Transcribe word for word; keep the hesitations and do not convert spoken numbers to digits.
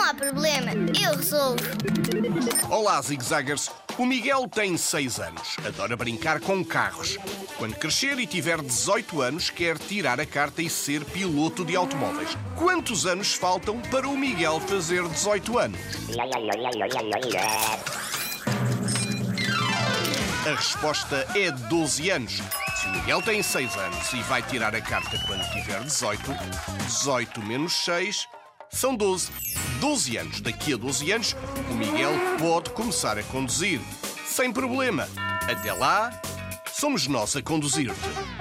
há problema, eu resolvo. Olá, zigzaggers. O Miguel tem seis anos. Adora brincar com carros. Quando crescer e tiver dezoito anos, quer tirar a carta e ser piloto de automóveis. Quantos anos faltam para o Miguel fazer dezoito anos? A resposta é doze anos. Se o Miguel tem seis anos e vai tirar a carta quando tiver dezoito, dezoito menos seis são doze. doze anos. Daqui a doze anos, o Miguel pode começar a conduzir. Sem problema. Até lá, somos nós a conduzir-te.